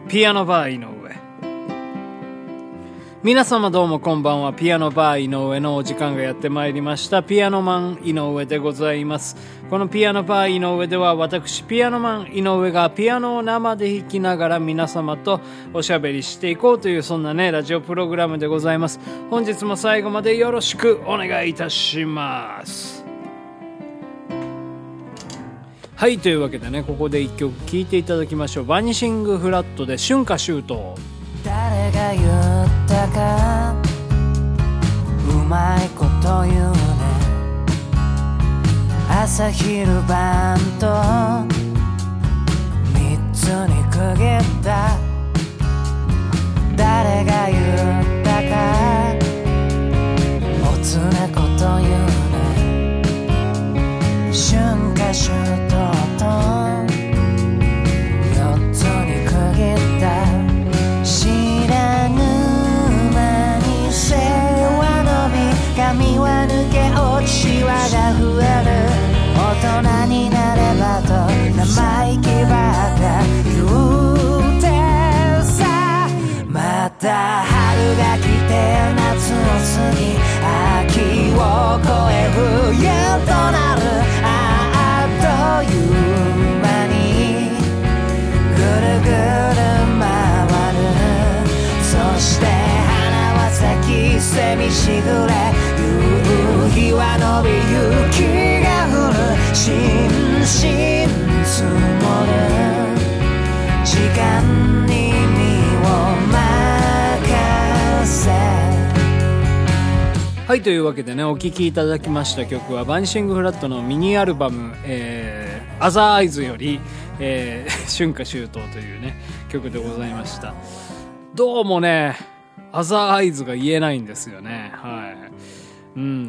ピアノバー井上。皆様どうもこんばんは。ピアノバー井上のお時間がやってまいりました。ピアノマン井上でございます。このピアノバー井上では、私ピアノマン井上がピアノを生で弾きながら皆様とおしゃべりしていこうという、そんなねラジオプログラムでございます。本日も最後までよろしくお願いいたします。はい、というわけでね、ここで一曲聴いていただきましょう。バニシングフラットで春夏秋冬。 誰が言ったかうまいこと言うね。朝昼晩と3つに区切った。誰が言ったかおつなこと言うね。春夏秋冬と4つに区切った。知らぬ間に背は伸び髪は抜け落ち輪が増える。大人になればと生意気ばっか言うてさ。また春が来て夏を過ぎ秋を越え冬となる。あっという間にぐるぐる回る。そして花は咲きセミしぐれ。夕日は伸び雪が降る。しんしん積もる時間に身を任せ。 はい、というわけでね、お聴きいただきました曲はバニシングフラットのミニアルバム、アザーアイズより、春夏秋冬というね曲でございました。どうもねアザーアイズが言えないんですよね。はい、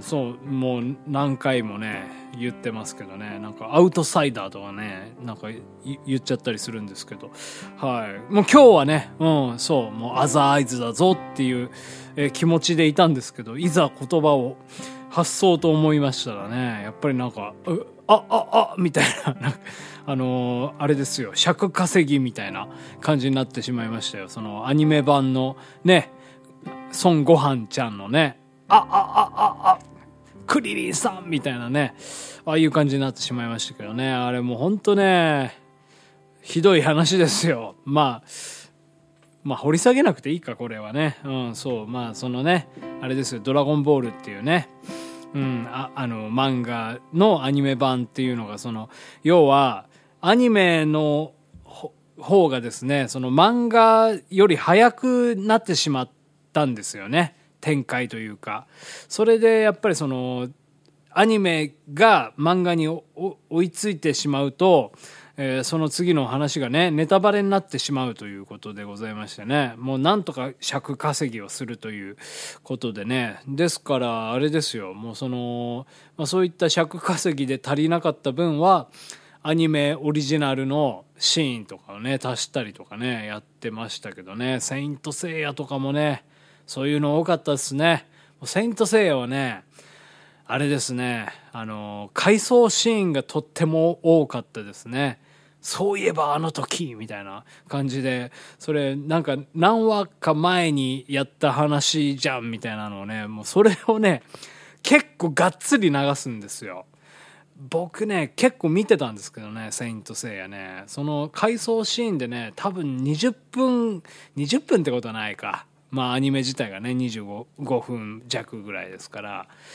そう、もう何回もね言ってますけどね、なんかアウトサイダーとかねなんか言っちゃったりするんですけど、はい、もう今日はね、そうもうアザーアイズだぞっていう、気持ちでいたんですけど、いざ言葉を発そうと思いましたらね、やっぱりなんかみたいな、なんかあれですよ、尺稼ぎみたいな感じになってしまいましたよ。そのアニメ版のね孫悟飯ちゃんのねクリリンさんみたいなね、ああいう感じになってしまいましたけどね。あれもうほんとねひどい話ですよ。まあ掘り下げなくていいかこれはね。そう、まあそのねあれですよ、ドラゴンボールっていうね、漫画のアニメ版っていうのが、その要はアニメの方がですね、その漫画より早くなってしまったんですよね、展開というか。それでやっぱりそのアニメが漫画に追いついてしまうと、その次の話がねネタバレになってしまうということでございましてね、もうなんとか尺稼ぎをするということでね、ですからあれですよ、もうその、そういった尺稼ぎで足りなかった分はアニメオリジナルのシーンとかをね足したりとかねやってましたけどね。セイントセイヤとかもねそういうの多かったですね。セイントセイヤはねあれですね、回想シーンがとっても多かったですね。そういえばあの時みたいな感じで、それなんか何話か前にやった話じゃんみたいなのをね、もうそれをね結構がっつり流すんですよ。僕ね結構見てたんですけどね、セイントセイヤね。その回想シーンでね多分20分ってことはないか、アニメ自体がね25分弱ぐらいですから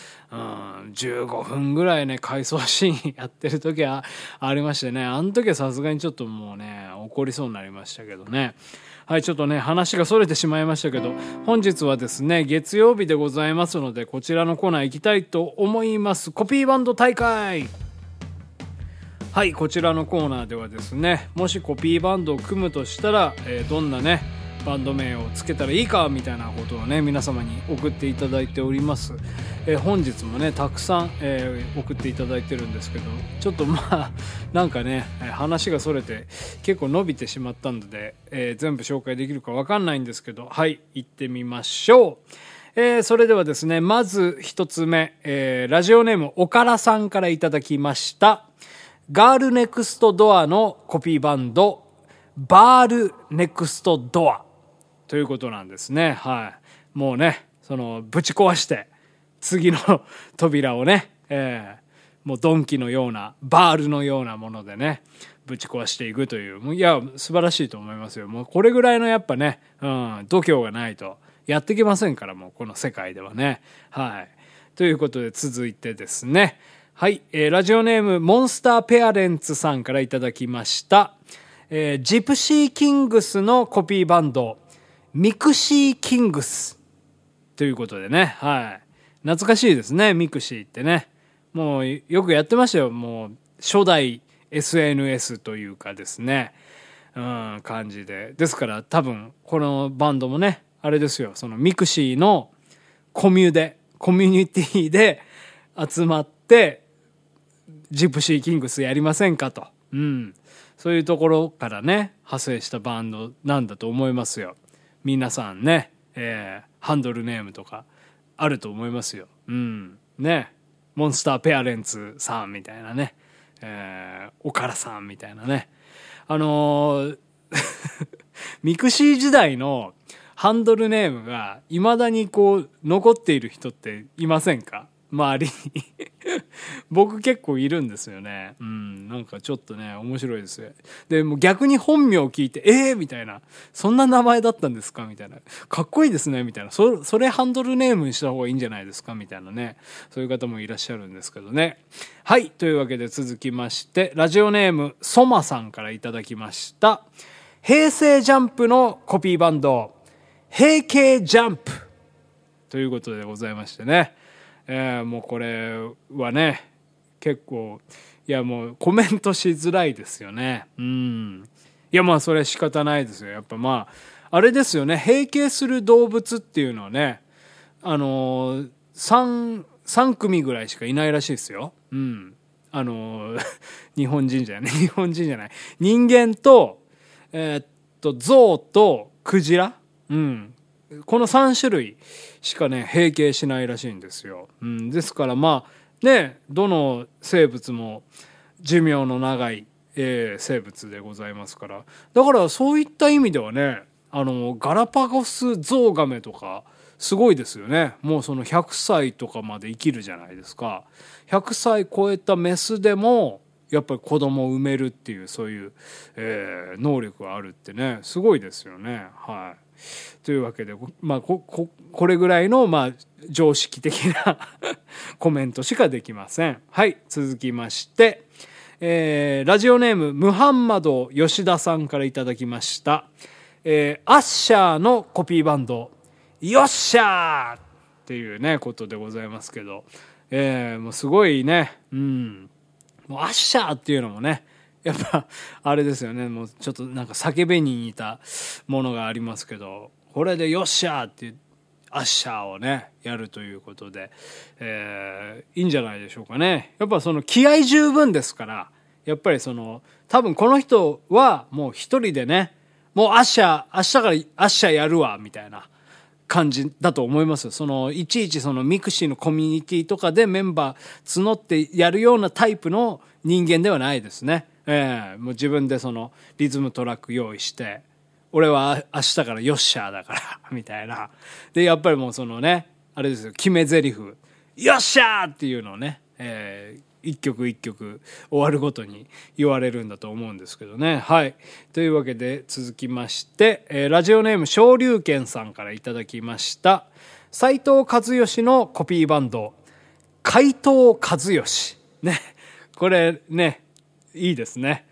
、15分ぐらいね回想シーンやってる時はありましてね、あの時はさすがにちょっともうね怒りそうになりましたけどね。はい、ちょっとね話がそれてしまいましたけど、本日はですね月曜日でございますので、こちらのコーナー行きたいと思います。コピーバンド大会。はい、こちらのコーナーではですね、もしコピーバンドを組むとしたら、どんなねバンド名をつけたらいいかみたいなことをね皆様に送っていただいております。本日もねたくさん、送っていただいてるんですけど、ちょっとなんかね話がそれて結構伸びてしまったので、全部紹介できるか分かんないんですけど、はい行ってみましょう。それではですね、まず一つ目、ラジオネームおからさんからいただきました。ガールネクストドアのコピーバンドバールネクストドアということなんですね。はい。もうね、そのぶち壊して次の扉をね、もうドンキのようなバールのようなものでねぶち壊していくという、いや素晴らしいと思いますよ。もうこれぐらいのやっぱね、度胸がないとやっていけませんから、もうこの世界ではね。はい。ということで続いてですね、はい、ラジオネームモンスターペアレンツさんからいただきました。ジプシーキングスのコピーバンドミクシーキングスということでね、はい、懐かしいですね。ミクシーってね、もうよくやってましたよ。もう初代 SNS というかですね、感じで、ですから多分このバンドもねあれですよ、そのミクシーのコミュニティで集まってジプシーキングスやりませんかと、そういうところからね派生したバンドなんだと思いますよ。皆さんね、ハンドルネームとかあると思いますよ。ね、モンスターペアレンツさんみたいなね、おからさんみたいなね、ミクシー時代のハンドルネームが未だにこう残っている人っていませんか？周りに僕結構いるんですよね。なんかちょっとね面白いですよ。でもう逆に本名を聞いてみたいな、そんな名前だったんですかみたいな、かっこいいですねみたいな、それハンドルネームにした方がいいんじゃないですかみたいなね、そういう方もいらっしゃるんですけどね。はい、というわけで続きましてラジオネームソマさんからいただきました。平成ジャンプのコピーバンド平成ジャンプということでございましてね、もうこれはね結構もうコメントしづらいですよね。いやまあそれは仕方ないですよ。やっぱまああれですよね、閉経する動物っていうのはね3組ぐらいしかいないらしいですよ。日本人じゃない人間と象とクジラ、この3種類しかね閉経しないらしいんですよ。ですからまあね、どの生物も寿命の長い、生物でございますから、だからそういった意味ではねガラパゴスゾウガメとかすごいですよね。もうその100歳とかまで生きるじゃないですか。100歳超えたメスでもやっぱり子供を産めるっていうそういう、能力があるってねすごいですよね。はい。というわけで、まあ、これぐらいの、まあ、常識的なコメントしかできません。はい、続きまして、ラジオネームムハンマド吉田さんからいただきました。アッシャーのコピーバンドよっしゃーっていうねことでございますけど、もうすごいね、もうアッシャーっていうのもねやっぱあれですよね。もうちょっとなんか叫びに似たものがありますけど、これでよっしゃーっていうアッシャーをねやるということで、いいんじゃないでしょうかね。やっぱその気合十分ですから、やっぱりその多分この人はもう一人でね、もう明日からアッシャーやるわみたいな感じだと思います。そのいちいちそのミクシーのコミュニティとかでメンバー募ってやるようなタイプの人間ではないですね。もう自分でそのリズムトラック用意して、俺は明日からよっしゃーだからみたいな。でやっぱりもうそのねあれですよ、決め台詞よっしゃーっていうのをね、一曲一曲終わるごとに言われるんだと思うんですけどね。はい。というわけで続きまして、ラジオネーム昇龍拳さんからいただきました。斉藤和義のコピーバンド怪盗和義ね、これねいいですね。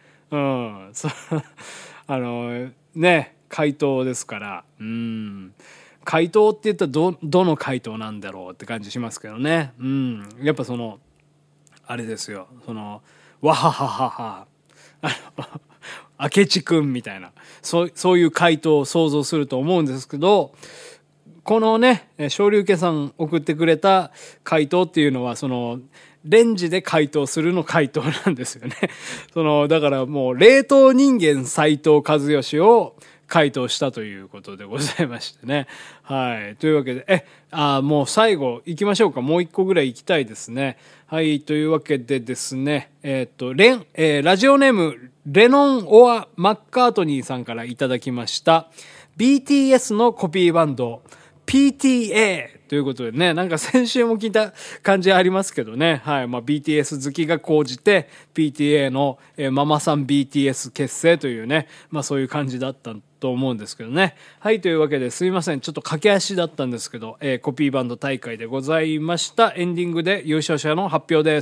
ね怪盗ですから、怪盗って言ったらどの怪盗なんだろうって感じしますけどね。やっぱそのあれですよ、そのわはははは明智くんみたいなそういう怪盗を想像すると思うんですけど、このね昇龍家さん送ってくれた怪盗っていうのはそのレンジで解凍するの怪盗なんですよね。だからもう冷凍人間斉藤和義を解凍したということでございましてね。はい。というわけで、もう最後行きましょうか。もう一個ぐらい行きたいですね。はい。というわけでですね、ラジオネームレノン・オア・マッカートニーさんからいただきました。BTS のコピーバンド、PTA ということでね、なんか先週も聞いた感じありますけどね。はい。まあ BTS 好きが高じて PTA のママさん BTS 結成というね、まあそういう感じだったと思うんですけどね。はい。というわけですいません。ちょっと駆け足だったんですけど、コピーバンド大会でございました。エンディングで優勝者の発表です。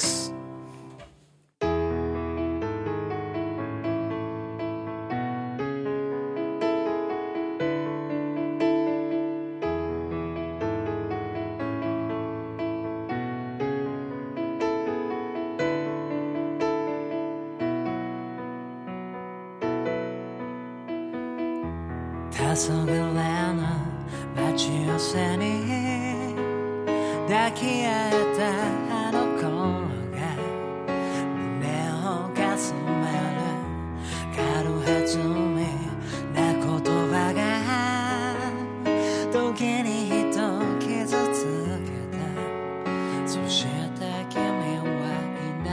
黄昏の待ち寄せに抱き合えたあの頃が胸をかすめる軽はずみな言葉が時に人を傷つけた。そして君はい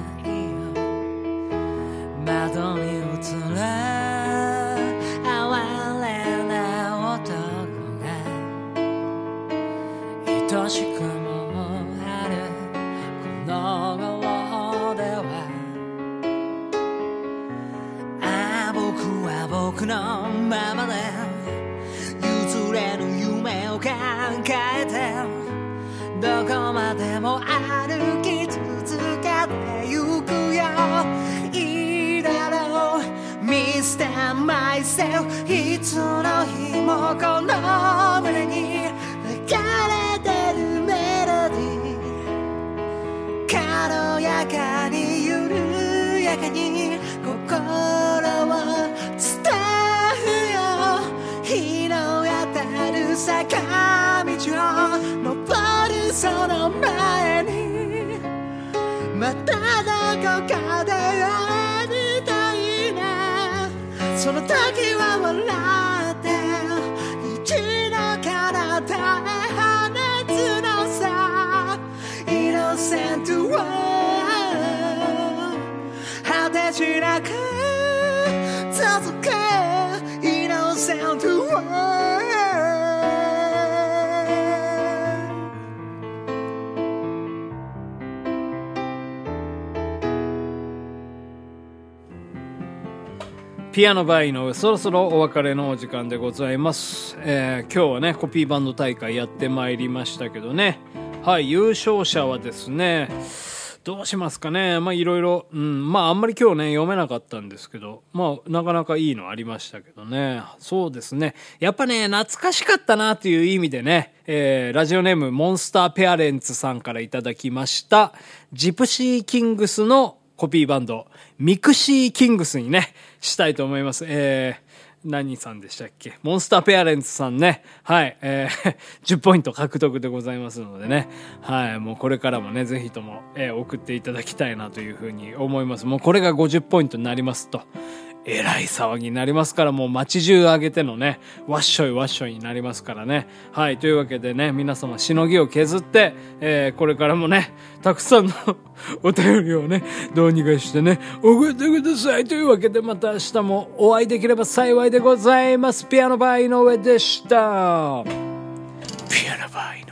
ないよ。窓に映る愛しくもあるこの頃では、僕は僕のままで譲れぬ夢を考えてどこまでも歩き続けてゆくよ。いいだろう Mr. Myself いつの日もこの胸に流れてるメロディー、軽やかに緩やかに心を伝うよ。日の当たる坂道を登るその前にまたどこかで会いたいな。その時は笑って虹の彼方へInnocent world 果てしなく続く Innocent world。 ピアノバイのそろそろお別れのお時間でございます。今日はねコピーバンド大会やってまいりましたけどね。はい、優勝者はですね、どうしますかね。まあいろいろ、まああんまり今日ね読めなかったんですけど、まあなかなかいいのありましたけどね。そうですね。やっぱね懐かしかったなという意味でね、ラジオネームモンスターペアレンツさんからいただきましたジプシーキングスのコピーバンドミクシーキングスにねしたいと思います。何さんでしたっけ、モンスターペアレンツさんね。はい、10ポイント獲得でございますのでね。はい、もうこれからもね、ぜひとも、送っていただきたいなというふうに思います。もうこれが50ポイントになりますと、えらい騒ぎになりますから、もう街中上げてのね、わっしょいわっしょいになりますからね。はい、というわけでね、皆様しのぎを削って、これからもね、たくさんのお便りをね、どうにかしてね、送ってください。というわけで、また明日もお会いできれば幸いでございます。ピアノバー井上でした。ピアノバー井上。